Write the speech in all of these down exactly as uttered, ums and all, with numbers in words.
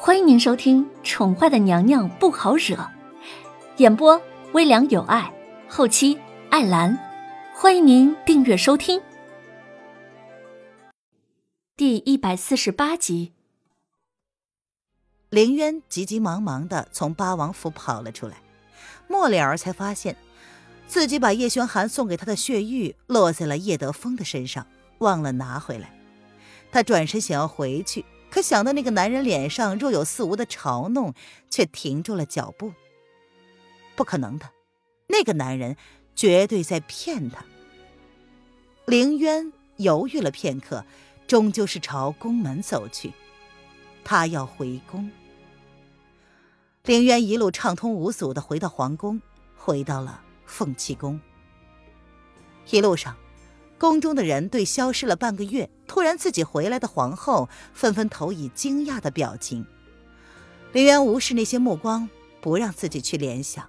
欢迎您收听《宠坏的娘娘不好惹》，演播微凉有爱，后期艾兰。欢迎您订阅收听。第一百四十八集， 凌渊急急忙忙地从八王府跑了出来，末了儿才发现自己把叶轩寒送给他的血玉落在了叶德风的身上，忘了拿回来。他转身想要回去，可想到那个男人脸上若有似无的嘲弄，却停住了脚步。不可能的，那个男人绝对在骗他。凌渊犹豫了片刻，终究是朝宫门走去。他要回宫。凌渊一路畅通无阻地回到皇宫，回到了凤栖宫。一路上，宫中的人对消失了半个月突然自己回来的皇后纷纷投以惊讶的表情。凌渊无视那些目光，不让自己去联想。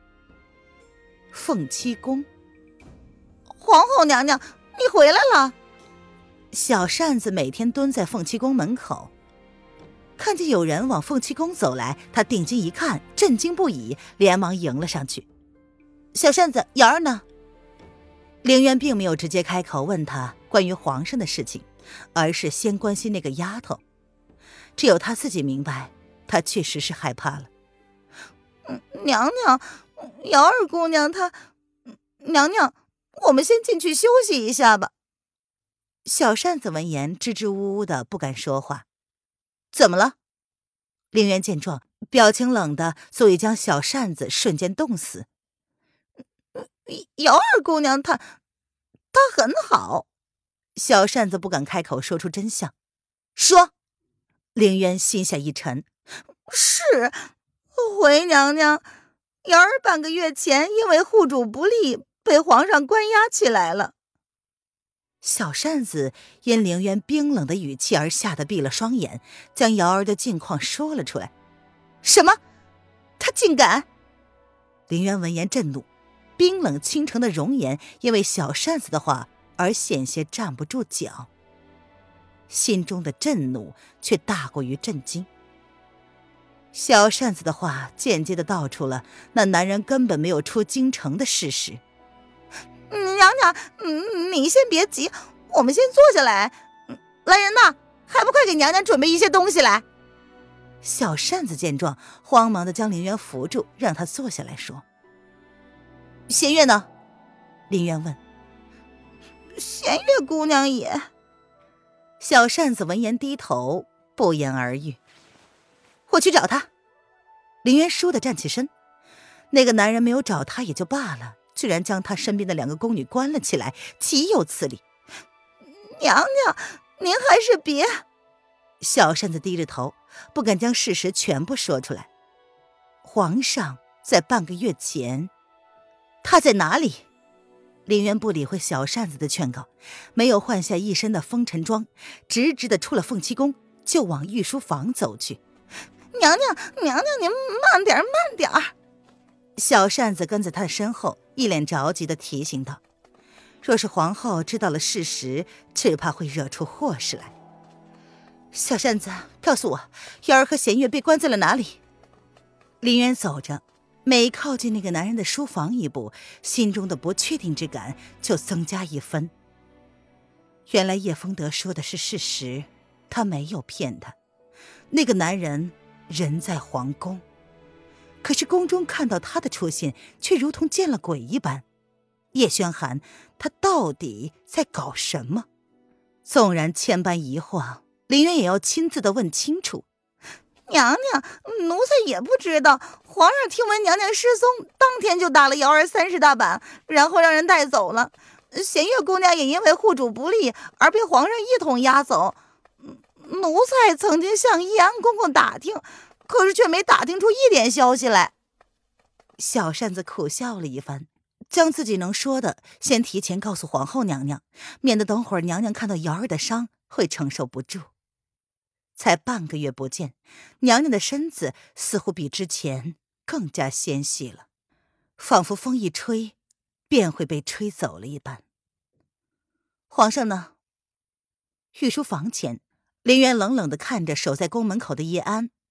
凤栖宫， 皇后娘娘，你回来了。 小扇子每天蹲在凤栖宫门口，看见有人往凤栖宫走来，他定睛一看，震惊不已，连忙迎了上去。小扇子，瑶儿呢？凌渊并没有直接开口问他关于皇上的事情，而是先关心那个丫头。只有他自己明白，他确实是害怕了。 娘娘，瑶儿姑娘她……娘娘，我们先进去休息一下吧。 小扇子闻言支支吾吾的不敢说话。怎么了？凌渊见状，表情冷的足以将小扇子瞬间冻死。 瑶儿姑娘她她很好。 小扇子不敢开口说出真相。说。凌渊心下一沉。 是，回娘娘，瑶儿半个月前因为护主不利被皇上关押起来了。 小扇子因凌渊冰冷的语气而吓得闭了双眼，将瑶儿的近况说了出来。什么？他竟敢！凌渊闻言震怒，冰冷倾城的容颜因为小扇子的话而险些站不住脚，心中的震怒却大过于震惊。小扇子的话间接地道出了那男人根本没有出京城的事实。 娘娘，你先别急，我们先坐下来。来人呐，还不快给娘娘准备一些东西来。 小扇子见状，慌忙地将凌渊扶住，让他坐下来说。弦月呢？凌渊问。 弦月姑娘也。 小扇子闻言低头，不言而喻。我去找他。凌渊倏地站起身。那个男人没有找他也就罢了，居然将他身边的两个宫女关了起来，岂有此理！ 娘娘，您还是别…… 小扇子低着头，不敢将事实全部说出来。皇上在半个月前，他在哪里？凌渊不理会小扇子的劝告，没有换下一身的风尘装，直直的出了凤栖宫，就往御书房走去。 娘娘，娘娘，您慢点，慢点。 小扇子跟在他的身后，一脸着急地提醒道：若是皇后知道了事实，只怕会惹出祸事来。小扇子，告诉我，瑶儿和弦月被关在了哪里？凌渊走着，每靠近那个男人的书房一步，心中的不确定之感就增加一分。原来叶风德说的是事实，他没有骗他。那个男人人在皇宫，可是宫中看到他的出现，却如同见了鬼一般。叶轩寒，他到底在搞什么？纵然千般疑惑，凌渊也要亲自的问清楚。 娘娘，奴才也不知道，皇上听闻娘娘失踪，当天就打了瑶儿三十大板，然后让人带走了。弦月姑娘也因为护主不利而被皇上一同押走。奴才曾经向义安公公打听，可是却没打听出一点消息来。 小扇子苦笑了一番，将自己能说的先提前告诉皇后娘娘，免得等会儿娘娘看到瑶儿的伤会承受不住。才半个月不见，娘娘的身子似乎比之前更加纤细了，仿佛风一吹便会被吹走了一般。皇上呢？御书房前，凌渊冷冷地看着守在宫门口的叶安，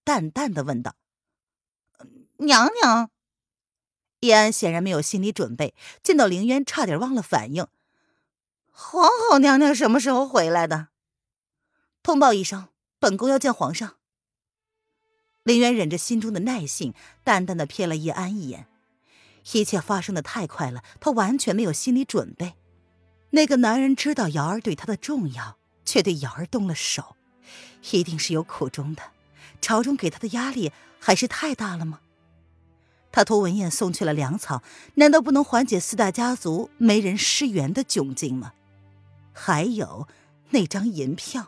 淡淡的问道：“ 娘娘。” 叶安显然没有心理准备，见到凌渊差点忘了反应。 皇后娘娘什么时候回来的？ 通报一声，本宫要见皇上。凌渊忍着心中的耐性，淡淡的瞥了叶安一眼。一切发生的太快了，他完全没有心理准备。那个男人知道瑶儿对他的重要，却对瑶儿动了手，一定是有苦衷的。朝中给他的压力还是太大了吗？他托文燕送去了粮草，难道不能缓解四大家族没人施援的窘境吗？还有那张银票。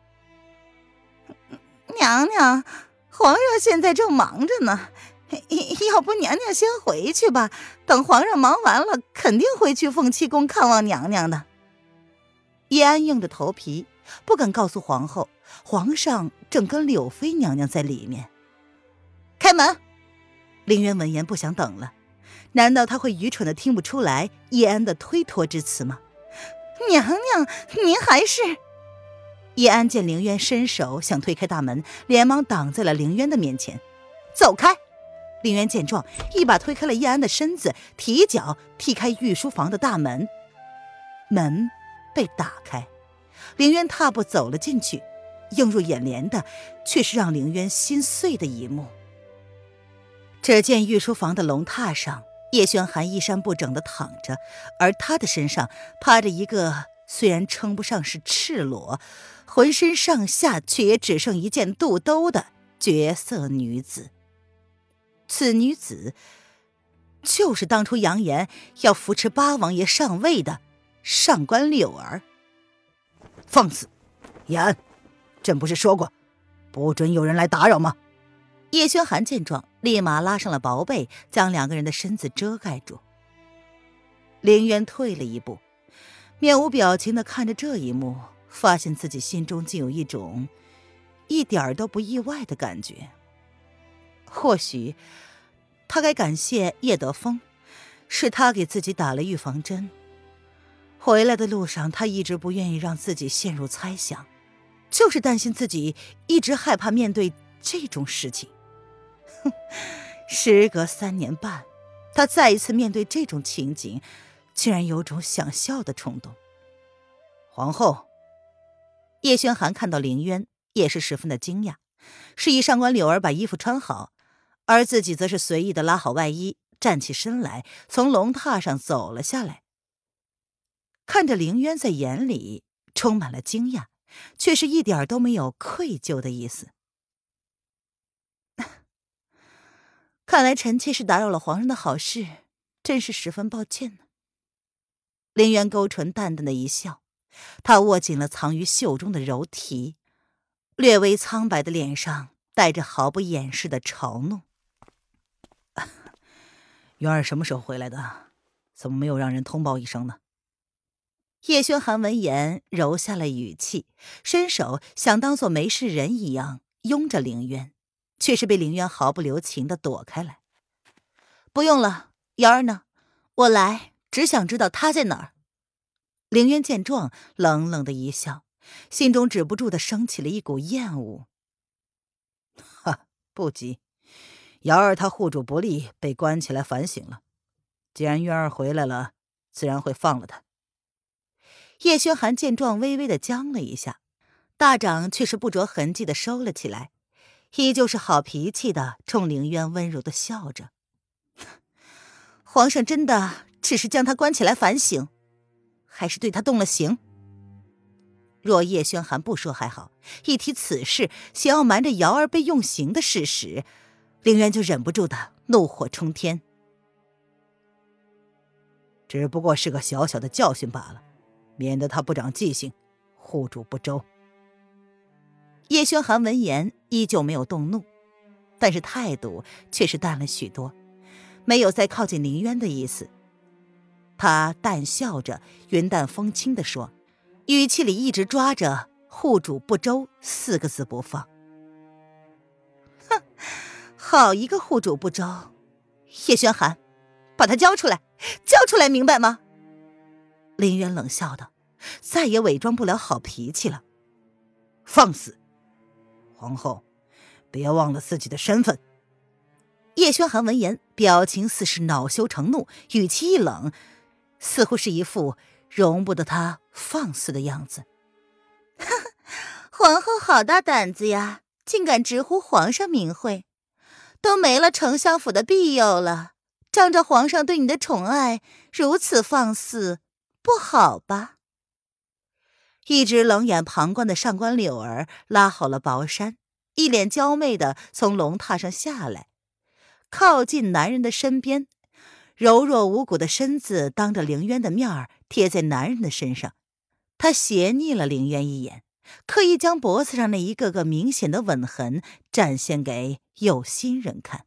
娘娘，皇上现在正忙着呢，要不娘娘先回去吧，等皇上忙完了，肯定会去凤栖宫看望娘娘的。 叶安硬着头皮，不敢告诉皇后，皇上正跟柳妃娘娘在里面。开门！凌渊闻言不想等了，难道他会愚蠢的听不出来叶安的推脱之词吗？ 娘娘，您还是…… 叶安见凌渊伸手想推开大门，连忙挡在了凌渊的面前。走开！凌渊见状，一把推开了叶安的身子，提脚踢开御书房的大门。门被打开，凌渊踏步走了进去，映入眼帘的却是让凌渊心碎的一幕。只见御书房的龙榻上，叶轩寒衣衫不整地躺着，而他的身上趴着一个虽然称不上是赤裸，浑身上下却也只剩一件肚兜的绝色女子。此女子就是当初扬言要扶持八王爷上位的上官柳儿。放肆！叶安，朕不是说过不准有人来打扰吗？叶轩寒见状，立马拉上了薄被，将两个人的身子遮盖住。凌渊退了一步，面无表情地看着这一幕，发现自己心中竟有一种一点都不意外的感觉。或许他该感谢叶德风，是他给自己打了预防针。回来的路上，他一直不愿意让自己陷入猜想，就是担心自己一直害怕面对这种事情。哼，时隔三年半，他再一次面对这种情景，竟然有种想笑的冲动。皇后，叶轩寒看到凌渊，也是十分的惊讶，示意上官柳儿把衣服穿好，而自己则是随意的拉好外衣，站起身来，从龙榻上走了下来。看着凌渊，在眼里充满了惊讶，却是一点都没有愧疚的意思。看来臣妾是打扰了皇上的好事，真是十分抱歉呢。凌渊勾唇淡淡的一笑，他握紧了藏于袖中的柔荑，略微苍白的脸上带着毫不掩饰的嘲弄。元儿什么时候回来的？怎么没有让人通报一声呢？叶轩寒闻言柔下了语气，伸手想当作没事人一样拥着凌渊，却是被凌渊毫不留情地躲开来。不用了，瑶儿呢？我来只想知道她在哪儿。凌渊见状冷冷的一笑，心中止不住地升起了一股厌恶。哈，不急，瑶儿她护主不力，被关起来反省了。既然渊儿回来了，自然会放了她。叶轩寒见状微微的僵了一下，大掌却是不着痕迹的收了起来，依旧是好脾气的冲凌渊温柔的笑着。皇上真的只是将他关起来反省，还是对他动了刑？若叶轩寒不说还好，一提此事，想要瞒着瑶儿被用刑的事实，凌渊就忍不住的怒火冲天。只不过是个小小的教训罢了，免得他不长记性，护主不周。叶轩寒闻言依旧没有动怒，但是态度却是淡了许多，没有再靠近凌渊的意思。他淡笑着，云淡风轻地说，语气里一直抓着护主不周四个字不放。哼，好一个护主不周！叶轩寒，把他交出来，交出来，明白吗？凌渊冷笑道，再也伪装不了好脾气了。放肆！皇后， 别忘了自己的身份。叶轩寒闻言，表情似是恼羞成怒，语气一冷，似乎是一副容不得他放肆的样子。 皇后好大胆子呀，竟敢直呼皇上名讳，都没了丞相府的庇佑了，仗着皇上对你的宠爱，如此放肆，不好吧？ 一直冷眼旁观的上官柳儿拉好了薄衫，一脸娇媚地从龙榻上下来，靠近男人的身边，柔弱无骨的身子当着凌渊的面儿贴在男人的身上。她斜睨了凌渊一眼，刻意将脖子上那一个个明显的吻痕展现给有心人看。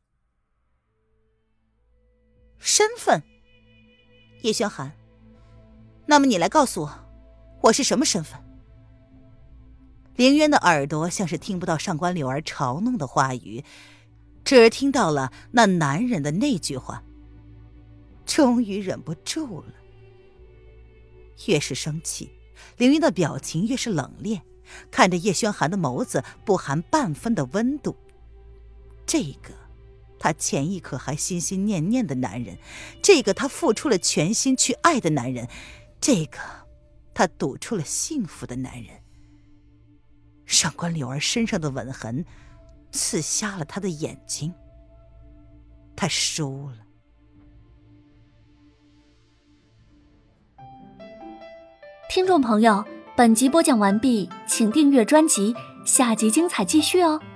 身份，叶轩寒，那么你来告诉我，我是什么身份？凌渊的耳朵像是听不到上官柳儿嘲弄的话语，只听到了那男人的那句话，终于忍不住了。越是生气，凌渊的表情越是冷冽，看着叶轩寒的眸子不含半分的温度。这个他前一刻还心心念念的男人，这个他付出了全心去爱的男人，这个他赌出了幸福的男人。上官柳儿身上的吻痕刺瞎了他的眼睛，他输了。 听众朋友，本集播讲完毕，请订阅专辑，下集精彩继续哦。